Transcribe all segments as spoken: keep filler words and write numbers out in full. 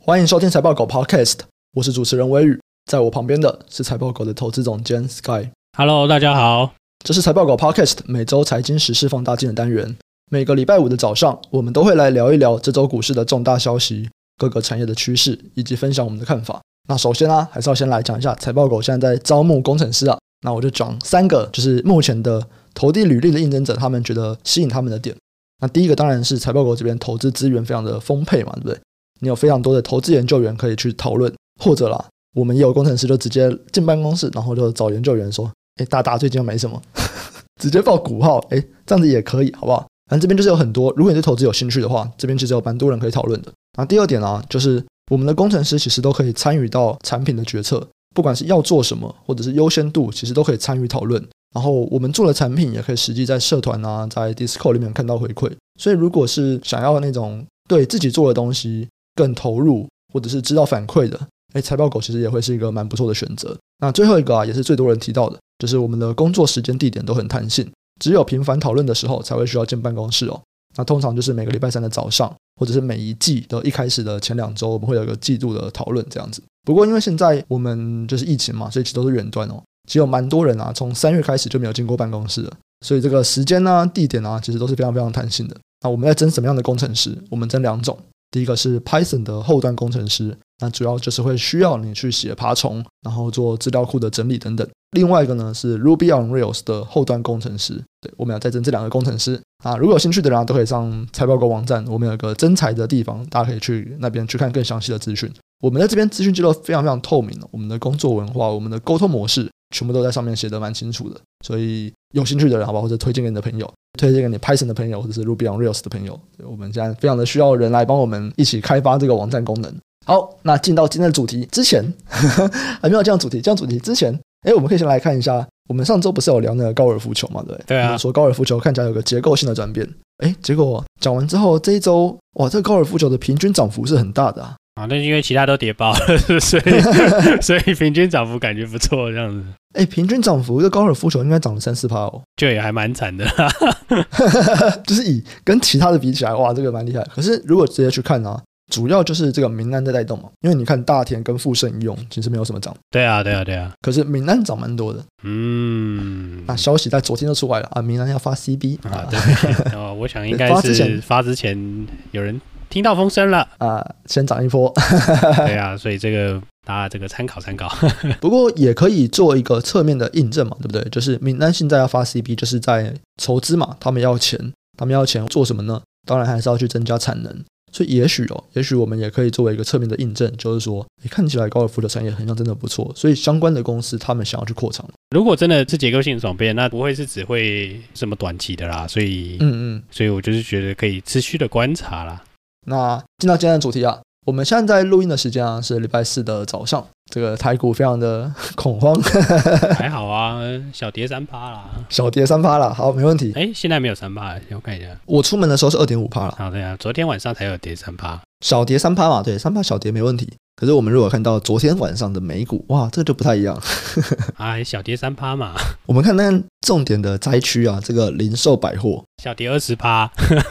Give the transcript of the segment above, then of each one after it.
欢迎收听财报狗 Podcast， 我是主持人微宇，在我旁边的是财报狗的投资总监 Sky。Hello， 大家好， 这是财报狗 Podcast 每周财经时事放大镜的单元。每个礼拜五的早上，我们都会来聊一聊这周股市的重大消息、各个产业的趋势，以及分享我们的看法。那首先啊，还是要先来讲一下财报狗现在在招募工程师啊。那我就讲三个，就是目前的投递履历的应征者，他们觉得吸引他们的点。那第一个当然是财报狗这边投资资源非常的丰沛嘛，对不对？你有非常多的投资研究员可以去讨论，或者啦，我们也有工程师就直接进办公室，然后就找研究员说，诶大大最近又没什么直接报股号，诶这样子也可以，好不好？反正这边就是有很多，如果你对投资有兴趣的话，这边其实有蛮多人可以讨论的。那第二点啊，就是我们的工程师其实都可以参与到产品的决策，不管是要做什么，或者是优先度，其实都可以参与讨论。然后我们做的产品也可以实际在社团啊，在 Discord 里面看到回馈。所以如果是想要那种对自己做的东西更投入，或者是知道反馈的，诶财报狗其实也会是一个蛮不错的选择。那最后一个啊，也是最多人提到的，就是我们的工作时间地点都很弹性，只有频繁讨论的时候才会需要进办公室哦。那通常就是每个礼拜三的早上，或者是每一季的一开始的前两周，我们会有一个季度的讨论这样子。不过因为现在我们就是疫情嘛，所以其实都是远端哦。其实有蛮多人啊，从三月开始就没有进过办公室了，所以这个时间啊、地点啊，其实都是非常非常弹性的。那我们在征什么样的工程师？我们征两种。第一个是 Python 的后端工程师，那主要就是会需要你去写爬虫，然后做资料库的整理等等。另外一个呢是 Ruby on Rails 的后端工程师，对，我们要再征这两个工程师啊。如果有兴趣的人、啊、都可以上财报狗网站，我们有个征才的地方，大家可以去那边去看更详细的资讯。我们在这边资讯记录非常非常透明，我们的工作文化、我们的沟通模式全部都在上面写得蛮清楚的，所以有兴趣的人好不好，或者推荐给你的朋友，推荐给你 Python 的朋友，或者是 Ruby on Rails 的朋友，我们现在非常的需要人来帮我们一起开发这个网站功能。好，那进到今天的主题之前还没有这样主题这样主题之前，诶我们可以先来看一下，我们上周不是有聊那个高尔夫球嘛，对不对？ 对啊， 我们说高尔夫球看起来有个结构性的转变，诶结果讲完之后，这一周哇，这个高尔夫球的平均涨幅是很大的啊。 啊，那因为其他都跌爆了，所以所以平均涨幅感觉不错，这样子。 哎，平均涨幅，一个高尔夫球应该涨了三四趴哦， 就也还蛮惨的就是以跟其他的比起来，哇，这个蛮厉害。可是如果直接去看啊，主要就是这个民安在带动嘛，因为你看大田跟富盛一用，其实没有什么涨。 对啊，对啊，对啊。 可是民安涨蛮多的。 嗯， 那消息在昨天就出来了啊，民安要发 C B 啊，对哦，我想应该是发之前，发之前有人听到风声了啊，先涨一波。 对啊，所以这个大家这个参考参考。 不过也可以做一个侧面的印证嘛，对不对？就是民安现在要发 C B， 就是在筹资嘛，他们要钱，他们要钱做什么呢？当然还是要去增加产能。所以也许哦，也许我们也可以作为一个侧面的印证，就是说，看起来高尔夫的产业好像真的不错，所以相关的公司他们想要去扩厂。 如果真的是结构性转变，那不会是只会什么短期的啦，所以，嗯嗯，所以我就是觉得可以持续的观察啦。 那进到今天的主题啊，我们现在在录音的时间啊是礼拜四的早上，这个台股非常的恐慌。 还好啊，小跌三趴啦， 小跌三趴啦，好，没问题。 哎，现在没有三趴，我看一下， 我出门的时候是二点五趴啦。 好，对啊，昨天晚上才有跌三趴， 小跌三趴嘛，对，三趴小跌没问题。可是我们如果看到昨天晚上的美股，哇，这就不太一样。 哎，小跌三趴嘛。 我们看那重点的灾区啊，这个零售百货小跌二十趴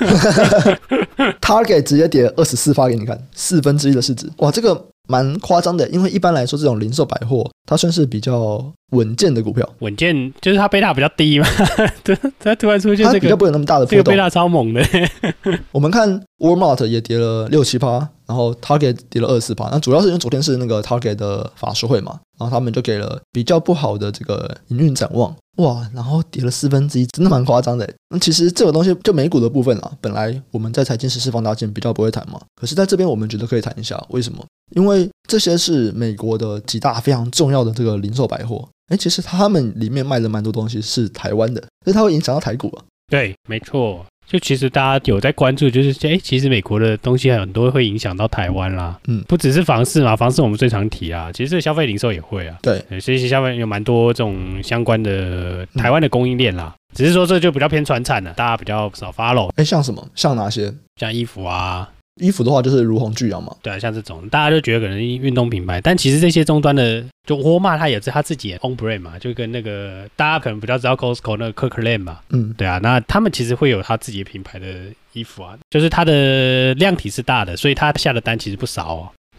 ，Target 直接跌二十四趴给你看，四分之一的市值，哇，这个蛮夸张的。因为一般来说，这种零售百货它算是比较稳健的股票， 稳健就是它贝塔比较低嘛，它突然出现这个， 它比较不有那么大的波动， 这个贝塔超猛的。 我们看 Walmart 也跌了六七趴，然后 Target 跌了二十四趴，那主要是因为昨天是那个 Target 的法说会嘛，然后他们就给了比较不好的这个营运展望，哇，然后跌了四分之一，真的蛮夸张的。那其实这个东西就美股的部分啦，本来我们在财经时事放大镜比较不会谈嘛，可是在这边我们觉得可以谈一下，为什么？因为这些是美国的几大非常重要的这个零售百货，哎，其实他们里面卖的蛮多东西是台湾的，所以它会影响到台股啊。 对，没错。就其实大家有在关注，就是哎，其实美国的东西很多会影响到台湾啦，嗯，不只是房市嘛，房市我们最常提啊，其实这个消费零售也会啊， 对， 所以消费有蛮多这种相关的台湾的供应链啦，嗯、只是说这就比较偏传产了，大家比较少 follow。 哎，像什么？像哪些？ 像衣服啊。 衣服的话就是如虹巨阳嘛， 对啊，像这种大家就觉得可能运动品牌，但其实这些终端的，就沃尔玛它也是他自己的 own brand 嘛，就跟那个大家可能比较知道 Costco 那个 Kirkland 嘛，嗯，对啊，那他们其实会有他自己的品牌的衣服啊，就是它的量体是大的，所以他下的单其实不少哦。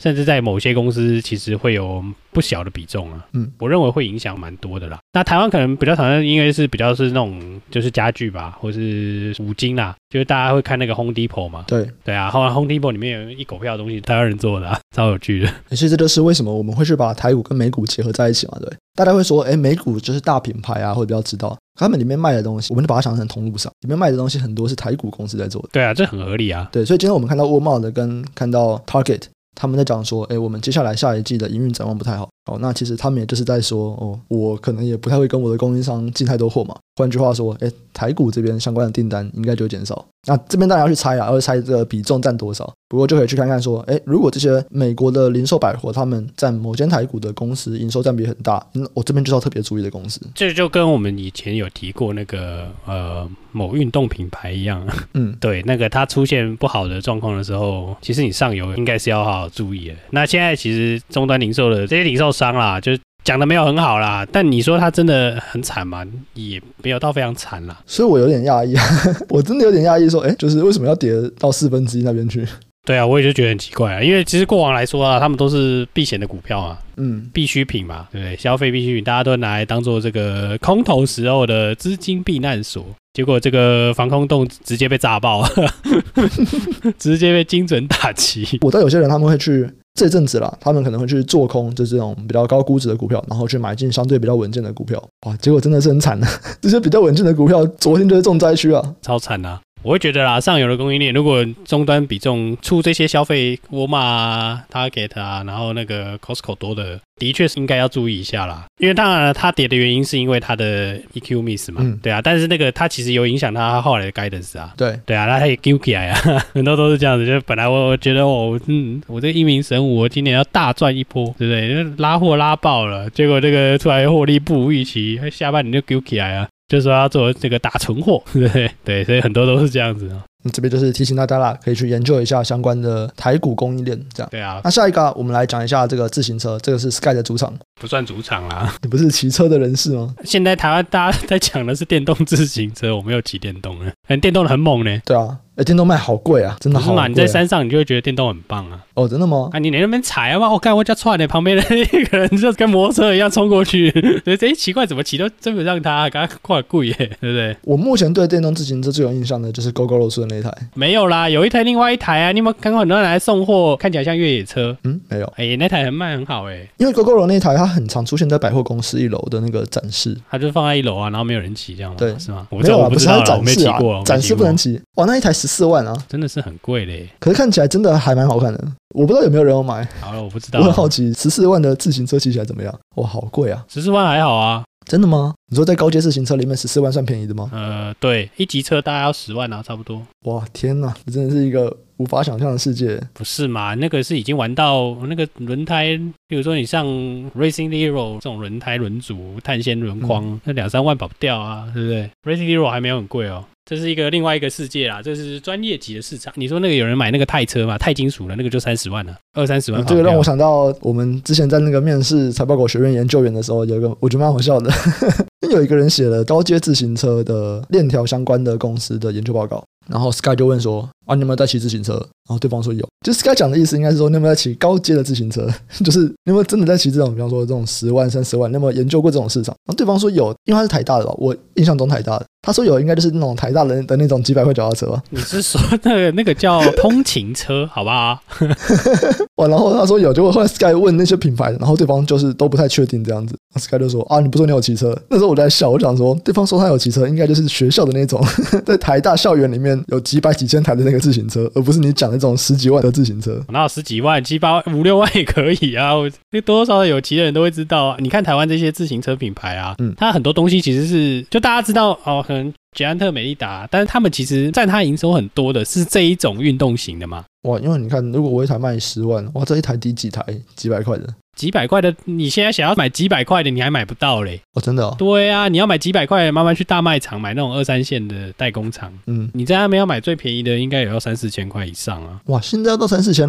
甚至在某些公司其实会有不小的比重啊。嗯，我认为会影响蛮多的啦。那台湾可能比较常见，因为是比较是那种就是家具吧，或是五金啦，就是大家会看那个 Home Depot 嘛。 对对啊，后来 Home Depot 里面有一狗票的东西，台湾人做的啊，超有趣的。 其实这就是为什么我们会去把台股跟美股结合在一起嘛，对。大家会说，哎，美股就是大品牌啊，会比较知道。他们里面卖的东西，我们就把它想成通路上，里面卖的东西很多是台股公司在做的。 对啊，这很合理啊。 对，所以今天我们看到沃尔玛的跟看到 Target， 他们在讲说，哎，我们接下来下一季的营运展望不太好。哦，那其实他们也就是在说，哦，我可能也不太会跟我的供应商进太多货嘛。换句话说，哎，台股这边相关的订单应该就会减少。那这边当然要去猜啊，要去猜这个比重占多少。不过就可以去看看说，哎，如果这些美国的零售百货他们占某间台股的公司营收占比很大，嗯，我这边就是要特别注意的公司。 这就跟我们以前有提过那个呃某运动品牌一样，嗯，对，那个它出现不好的状况的时候，其实你上游应该是要好好注意的。那现在其实终端零售的这些零售商啦，就是讲的没有很好啦，但你说他真的很惨吗？也没有到非常惨啦。 所以我有点讶异，我真的有点讶异，说，哎，就是为什么要跌到四分之一那边去？ 对啊，我也就觉得很奇怪啊，因为其实过往来说啊，他们都是避险的股票啊，嗯，必需品嘛，对不对？消费必需品，大家都拿来当做这个空头时候的资金避难所。结果这个防空洞直接被炸爆，直接被精准打击。 我知道有些人他们会去这阵子啦，他们可能会去做空，就是这种比较高估值的股票，然后去买进相对比较稳健的股票。哇，结果真的是很惨的，这些比较稳健的股票，昨天就是重灾区啊， 超惨啊！我会觉得啦，上游的供应链如果终端比重出这些消费，沃尔玛啊、Target 啊，然后那个 Costco 多的，的确是应该要注意一下啦。因为当然了，它跌的原因是因为它的 E Q miss 嘛，嗯、对啊，但是那个它其实有影响它后来的 guidance 啊， 对对啊，它也丢起来啊，很多都是这样子。就本来我我觉得我嗯，我这个一鸣神武，我今年要大赚一波，对不对？拉货拉爆了，结果这个出来获利不如预期，下半年就丢起来啊。就是说要做这个打存货，对不对？对，所以很多都是这样子啊。 这边就是提醒大家啦，可以去研究一下相关的台股供应链，这样。 对啊。 那下一个、啊、我们来讲一下这个自行车，这个是 Sky 的主场， 不算主场啦。 你不是骑车的人士吗？ 现在台湾大家在讲的是电动自行车，我没有骑电动了，很电动的很猛呢。 对啊。哎，电动卖好贵啊，真的好贵、啊。 你在山上，你就会觉得电动很棒啊。 哦，真的吗？ 啊，你在那边踩啊嘛，我看我家串的旁边的那个人就跟摩托车一样冲过去，对，哎，奇怪，怎么骑都真不让他，刚刚快贵耶，对不对？ 我目前对电动自行车最有印象的就是 Gogoro 的那一台。 没有啦，有一台另外一台啊，你有没有看过很多人来送货，看起来像越野车？ 嗯，没有。 哎，那台很卖很好哎， 因为 Gogoro 那一台它很常出现在百货公司一楼的那个展示， 它就放在一楼啊，然后没有人骑这样吗？ 对， 是吗？ 没有啊， 不是它是展示啊， 我没骑过， 展示不能骑。哇，那一台十四万啊， 真的是很贵嘞。 可是看起来真的还蛮好看的，我不知道有没有人要买。 好了，我不知道， 我很好奇十四万的自行车骑起来怎么样？哇，好贵啊！ 十四万还好啊。 真的吗？你说在高阶自行车里面十四万算便宜的吗？ 呃，对，一级车大概要十万啊，差不多。 哇，天哪，这真的是一个无法想象的世界。 不是嘛？那个是已经玩到那个轮胎，比如说你上 Racing Hero 这种轮胎轮组、碳纤轮框，嗯、那两三万跑不掉啊，对不对 ？Racing Hero 还没有很贵哦。这是一个另外一个世界啦，这是专业级的市场。你说那个有人买那个钛车嘛，钛金属的那个就三十万了，二三十万、嗯。 这个让我想到我们之前在那个面试财报狗学院研究员的时候，有一个我觉得蛮好笑的，有一个人写了高阶自行车的链条相关的公司的研究报告，然后 Sky 就问说啊，你有没有在骑自行车？然后对方说有，就 Sky 讲的意思应该是说你有没有在骑高阶的自行车，就是你有没有真的在骑这种，比方说这种十万、三十万，你有没有研究过这种市场？然后对方说有，因为他是台大的吧，我印象中台大的。他说有，应该就是那种台大人的那种几百块脚踏车吧。 你是说那个那个叫通勤车，好不好？ 哇，然后他说有，结果后来 Sky 问那些品牌，然后对方就是都不太确定这样子。Sky 就说啊，你不说你有骑车？那时候我在笑，我想说，对方说他有骑车，应该就是学校的那种，在台大校园里面有几百几千台的那个自行车，而不是你讲的那种十几万的自行车。 哪有十几万、七八万、五六万也可以啊？我多多少少有骑的人都会知道啊。你看台湾这些自行车品牌啊，嗯，它很多东西其实是就大家知道哦。可能捷安特、美利达，但是他们其实占它营收很多的是这一种运动型的嘛。 哇，因为你看，如果我一台卖十万，哇，这一台抵几台几百块的？ 几百块的，你现在想要买几百块的，你还买不到嘞。 哦，真的哦？ 对啊，你要买几百块的，慢慢去大卖场买那种二三线的代工厂。嗯，你在那边要买最便宜的，应该也要三四千块以上啊。 哇，现在要到三四千了哦。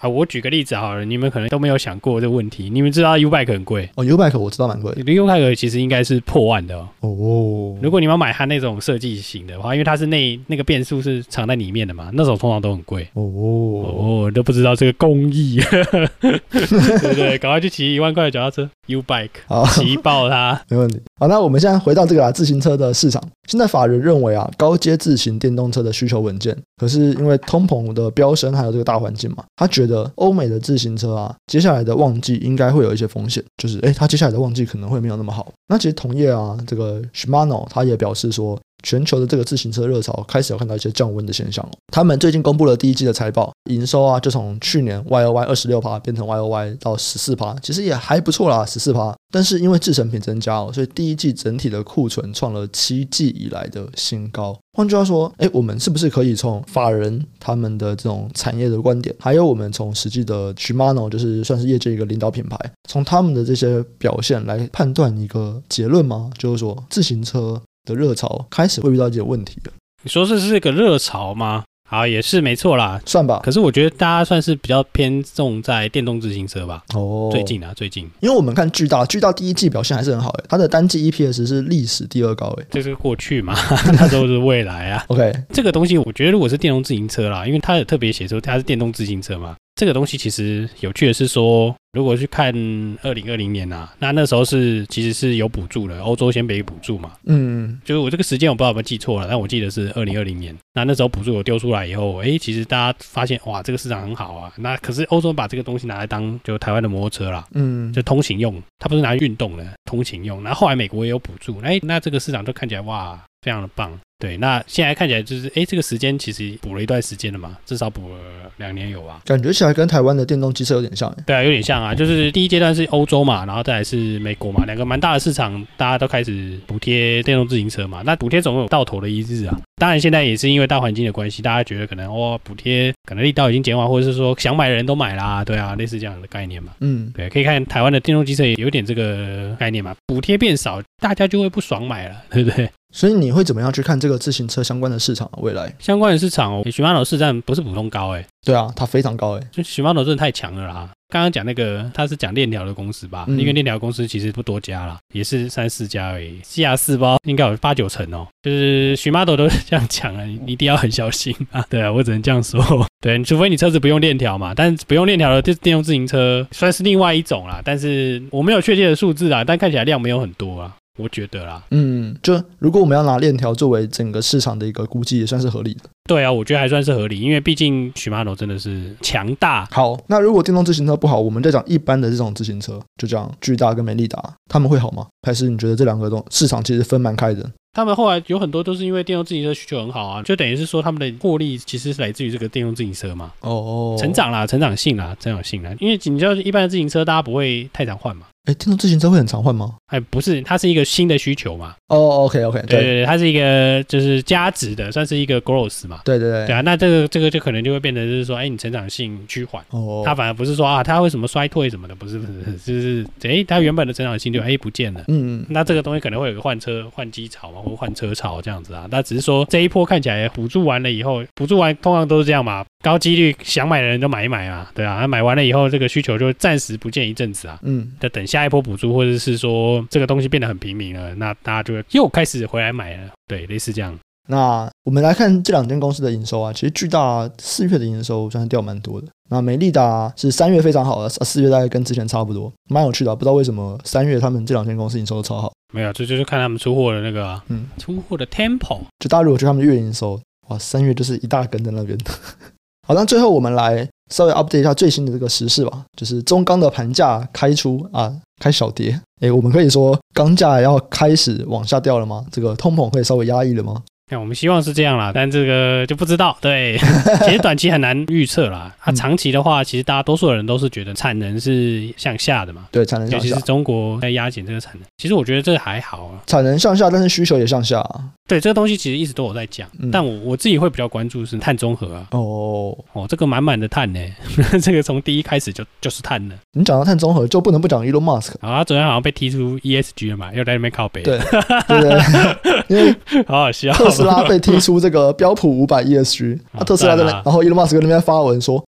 啊，我举个例子好了，你们可能都没有想过这个问题。你们知道 U-Bike 很贵哦 ，U-Bike 我知道蛮贵的 ，U-Bike 其实应该是破万的哦。 哦， 如果你要买它那种设计型的话，因为它是那那个变速是藏在里面的嘛，那种通常都很贵。哦哦，都不知道这个工艺，对不对？赶快去骑一万块的脚踏车 U-Bike， 骑爆它， 没问题。好，那我们现在回到这个啦，自行车的市场。现在法人认为啊，高阶自行电动车的需求稳健，可是因为通膨的飙升还有这个大环境嘛，他觉得欧美的自行车啊，接下来的旺季应该会有一些风险，就是诶，他接下来的旺季可能会没有那么好。那其实同业啊，这个 Shimano 他也表示说，全球的这个自行车热潮开始有看到一些降温的现象哦。他们最近公布了第一季的财报，营收啊就从去年 Y O Y 二十六%变成 Y O Y 到 十四%， 其实也还不错啦 ,十四%。但是因为制成品增加哦，所以第一季整体的库存创了七季以来的新高。换句话说，诶，我们是不是可以从法人他们的这种产业的观点，还有我们从实际的 Shimano 就是算是业界一个领导品牌，从他们的这些表现来判断一个结论吗？就是说自行车的热潮开始会遇到一些问题了。 你说这是个热潮吗？好，也是没错啦， 算吧。 可是我觉得大家算是比较偏重在电动自行车吧。哦，最近啊，最近， 因为我们看巨大，巨大第一季表现还是很好诶，它的单季 E P S 是历史第二高诶。 这是过去嘛，那都是未来啊。 OK， 这个东西我觉得如果是电动自行车啦，因为它有特别写出它是电动自行车嘛。这个东西其实有趣的是说，如果去看二零二零年啊，那那时候是其实是有补助的，欧洲先给补助嘛。嗯，就是我这个时间我不知道有没有记错了，但我记得是二零二零年。那那时候补助有丢出来以后，哎，其实大家发现哇，这个市场很好啊。那可是欧洲把这个东西拿来当就台湾的摩托车啦，嗯，就通行用，它不是拿来运动的，通行用。然后后来美国也有补助，哎，那这个市场就看起来哇，非常的棒。对，那现在看起来就是，哎，这个时间其实补了一段时间了嘛，至少补了两年有吧？ 感觉起来跟台湾的电动机车有点像。 对啊，有点像啊，就是第一阶段是欧洲嘛，然后再来是美国嘛，两个蛮大的市场，大家都开始补贴电动自行车嘛。那补贴总有到头的一日啊。当然现在也是因为大环境的关系，大家觉得可能哦，补贴可能力道已经减缓，或者是说想买的人都买啦，对啊，类似这样的概念嘛。嗯，对，可以看台湾的电动机车也有点这个概念嘛，补贴变少，大家就会不爽买了，对不对？ 所以你会怎么样去看这个自行车相关的市场的未来？ 相关的市场哦，Shimano市占不是普通高哎。 对啊，它非常高哎， 就Shimano真的太强了啦。刚刚讲那个，他是讲链条的公司吧？嗯、因为链条公司其实不多家啦，也是三四家而已。西亚四包应该有八九成哦。就是 Shimano 都这样讲了，你一定要很小心啊。对啊，我只能这样说。对，除非你车子不用链条嘛，但不用链条的电动自行车算是另外一种啦。但是我没有确切的数字啦，但看起来量没有很多啊。我觉得啦， 嗯，就如果我们要拿链条作为整个市场的一个估计，也算是合理的。 对啊，我觉得还算是合理，因为毕竟 Shimano 真的是强大。 好，那如果电动自行车不好，我们再讲一般的这种自行车，就讲巨大跟美利达，他们会好吗？还是你觉得这两个东市场其实分蛮开的？ 他们后来有很多都是因为电动自行车需求很好啊，就等于是说他们的获利其实是来自于这个电动自行车嘛。哦，成长啦，成长性啦，成长性啦，因为你知道一般的自行车大家不会太常换嘛。 哎，电动自行车会很常换吗？ 哎，不是，它是一个新的需求嘛。 哦 ，OK OK， 对对对，它是一个就是加值的，算是一个 growth 嘛。 对对对， 对啊，那这个这个就可能就会变成就是说，哎，你成长性趋缓，哦，它反而不是说啊，它为什么衰退什么的，不是不是，就是哎，它原本的成长性就哎不见了。嗯嗯，那这个东西可能会有个换车换机潮嘛，或换车潮这样子啊。那只是说这一波看起来补助完了以后，补助完通常都是这样嘛。高几率想买的人就买一买嘛，对啊，那买完了以后，这个需求就暂时不见一阵子啊，嗯，就等下一波补助，或者是说这个东西变得很平民了，那大家就会又开始回来买了，对，类似这样。 那我们来看这两间公司的营收啊，其实巨大四月的营收算是掉蛮多的，那美利达是三月非常好的，四月大概跟之前差不多，蛮有趣的，不知道为什么三月他们这两间公司营收都超好。 没有，这就是看他们出货的那个、啊，嗯，出货的 tempo。 就大家如果去他们的月营收，哇，三月就是一大根在那边。好，那最后我们来稍微 update 一下最新的这个时事吧，就是中钢的盘价开出啊，开小跌。诶，我们可以说钢价要开始往下掉了吗？这个通膨会稍微压抑了吗？ 那我们希望是这样啦，但这个就不知道。对，其实短期很难预测啦。它、啊、长期的话，其实大家多数的人都是觉得产能是向下的嘛。 对，产能向下， 尤其是中国在压减这个产能。其实我觉得这还好啊。 产能向下，但是需求也向下、啊。 对，这个东西其实一直都有在讲，嗯、但我我自己会比较关注是碳中和啊。哦哦，这个满满的碳呢，这个从第一开始就就是碳了。 你讲到碳中和，就不能不讲 Elon Musk。 啊，他昨天好像被踢出 E S G 了嘛，又在那边靠北。 对对对，因为好好笑。 特斯拉被踢出这个标普五百 E S G，、啊、特斯拉在那，然后 Elon Musk 在那边发文说，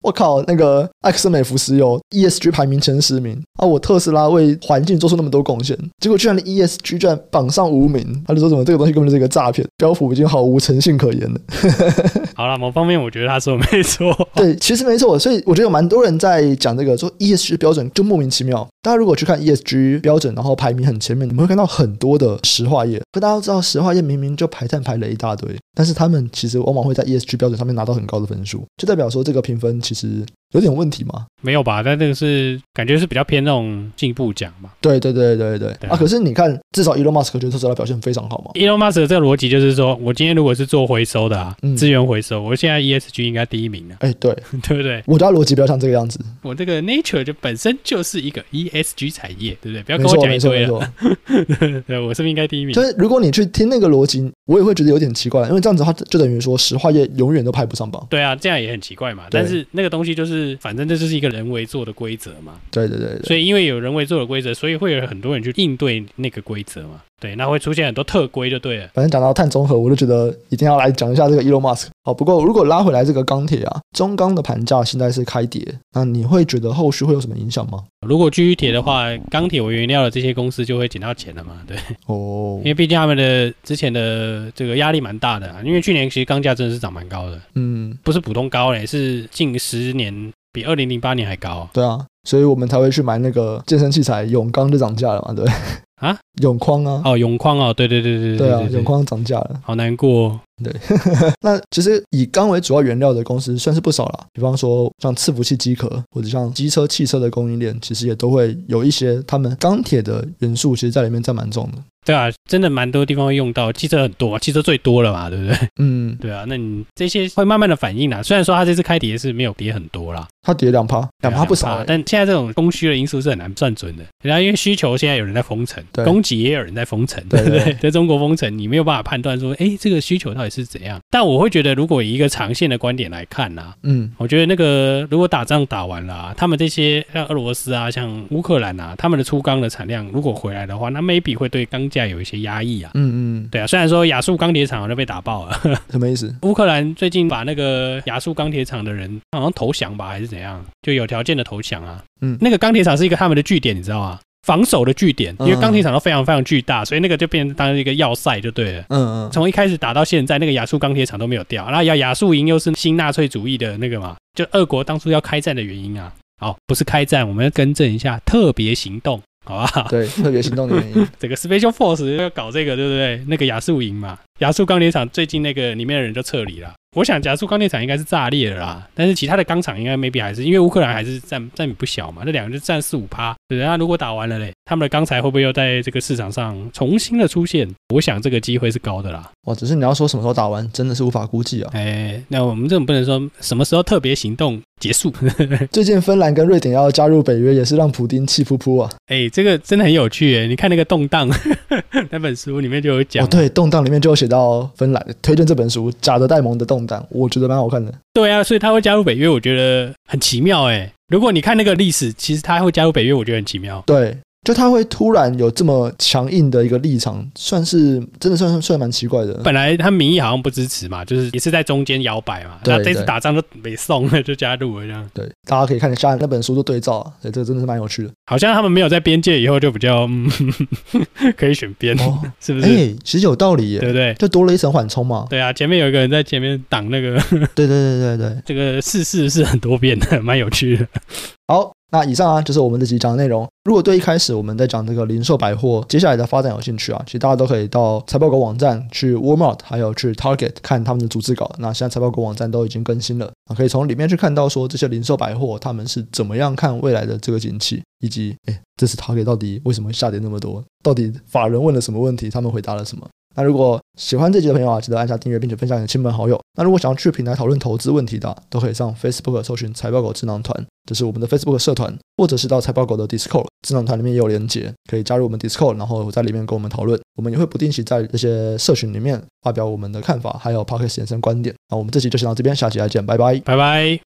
我靠，那个埃克森美孚石油 E S G 排名前十名啊，我特斯拉为环境做出那么多贡献，结果居然连 E S G 居然榜上无名，他就说什么这个东西根本就是一个诈骗，标普已经毫无诚信可言了。 好啦，某方面我觉得他说没错。 对，其实没错，所以我觉得有蛮多人在讲这个说 E S G 标准就莫名其妙。大家如果去看 E S G 标准，然后排名很前面，你们会看到很多的石化业，可大家都知道石化业明明就排碳排了一大堆，但是他们其实往往会在 E S G 标准上面拿到很高的分数，就代表说这个评分其实有点问题嘛？ 没有吧？但这个是感觉是比较偏那种进步奖嘛。 对对对对对对啊！可是你看，至少 Elon Musk 觉得特斯拉表现非常好嘛。 Elon Musk 的这个逻辑就是说，我今天如果是做回收的啊，嗯、资源回收，我现在 E S G 应该第一名了。 哎，对对不对？ 我觉得逻辑比较像这个样子。 我这个 Nature 就本身就是一个 E S G 产业，对不对？不要跟我讲一堆了。对，我是不是应该第一名？ 就是如果你去听那个逻辑，我也会觉得有点奇怪，因为这样子的话就等于说石化业永远都排不上榜。 对啊，这样也很奇怪嘛。但是那个东西就是，反正这就是一个人为做的规则嘛。 对对 对, 对。 所以因为有人为做的规则，所以会有很多人去应对那个规则嘛。对，那会出现很多特规就对了。 反正讲到碳中和，我就觉得一定要来讲一下这个 Elon Musk。好，不过如果拉回来这个钢铁啊，中钢的盘价现在是开跌，那你会觉得后续会有什么影响吗？ 如果继续跌的话，钢铁为原料的这些公司就会捡到钱了嘛？对，哦，因为毕竟他们的之前的这个压力蛮大的、啊，因为去年其实钢价真的是涨蛮高的，嗯，不是普通高嘞，是近十年比二零零八年还高、啊。 对啊，所以我们才会去买那个健身器材，永钢就涨价了嘛，对。 啊， 永矿啊， 哦，永矿哦，对对对对对， 对啊，永矿涨价了， 好难过。 对，那其实以钢为主要原料的公司算是不少啦，比方说像伺服器机壳或者像机车、汽车的供应链，其实也都会有一些他们钢铁的元素，其实在里面占蛮重的。 对啊，真的蛮多地方会用到，汽车很多、啊，汽车最多了嘛，对不对？嗯，对啊，那你这些会慢慢的反应啦。虽然说它这次开跌是没有跌很多啦， 它跌两趴，两趴不少、欸， 但现在这种供需的因素是很难算准的。然后因为需求现在有人在封城，供给也有人在封城，对不对？对在中国封城，你没有办法判断说，哎，这个需求到底是怎样。但我会觉得，如果以一个长线的观点来看啊，嗯，我觉得那个如果打仗打完了、啊，他们这些像俄罗斯啊、像乌克兰啊，他们的粗钢的产量如果回来的话，那 maybe 会对钢价有一些压抑啊。嗯嗯，对啊，虽然说亚速钢铁厂就被打爆了， 什么意思？ 乌克兰最近把那个亚速钢铁厂的人好像投降吧，还是怎样，就有条件的投降啊。嗯，那个钢铁厂是一个他们的据点，你知道吗？防守的据点，因为钢铁厂都非常非常巨大，所以那个就变成当一个要塞就对了。嗯嗯，从一开始打到现在，那个亚速钢铁厂都没有掉，然后亚亚速营又是新纳粹主义的那个嘛，就俄国当初要开战的原因啊。好，不是开战，我们要更正一下，特别行动。好吧， 对，特别行动的原因， 这个 Special Force 要搞这个，对不对？那个亚速营嘛，亚速钢铁厂最近那个里面的人就撤离了。我想亚速钢铁厂应该是炸裂了啦，但是其他的钢厂应该 maybe 还是因为乌克兰还是占占比不小嘛，那两个就占四五趴，对不对？那如果打完了嘞，他们的钢材会不会又在这个市场上重新的出现？我想这个机会是高的啦。 哇，只是你要说什么时候打完，真的是无法估计啊。 哎，那我们这种不能说什么时候特别行动结束。 最近芬兰跟瑞典要加入北约，也是让普丁气噗噗啊。 哎，这个真的很有趣耶！你看那个动荡那本书里面就有讲、啊， 哦，对，动荡里面就有写到芬兰，推荐这本书《贾德戴蒙的动荡》，我觉得蛮好看的。 对啊，所以他会加入北约，我觉得很奇妙哎。如果你看那个历史，其实他会加入北约，我觉得很奇妙。 对。就他会突然有这么强硬的一个立场，算是真的算算蛮奇怪的。 本来他民意好像不支持嘛，就是也是在中间摇摆嘛。那这次打仗就没送了，就加入了这样。 对，大家可以看一下那本书做对照啊，对，这个真的是蛮有趣的。 好像他们没有在边界以后就比较、嗯、可以选边、哦，是不是？ 哎、欸，其实有道理耶， 对不对？ 就多了一层缓冲嘛。 对啊，前面有一个人在前面挡那个。 对对对对对， 这个世事是很多变的，蛮有趣的。 好。那以上啊就是我们这集讲的内容。如果对一开始我们在讲这个零售百货接下来的发展有兴趣啊，其实大家都可以到财报狗网站去 Walmart 还有去 Target 看他们的逐字稿。那现在财报狗网站都已经更新了，可以从里面去看到说这些零售百货他们是怎么样看未来的这个景气，以及诶这次 Target 到底为什么下跌那么多，到底法人问了什么问题，他们回答了什么。那如果喜欢这集的朋友啊，记得按下订阅并且分享给亲朋好友。那如果想要去平台讨论投资问题的、啊、都可以上 Facebook 搜寻财报狗智囊团，这是我们的 Facebook 社团，或者是到财报狗的 Discord 智囊团里面也有连结，可以加入我们 Discord， 然后在里面跟我们讨论。我们也会不定期在这些社群里面发表我们的看法，还有 Podcast 延伸观点。那我们这集就先到这边，下集再见，拜拜， 拜拜。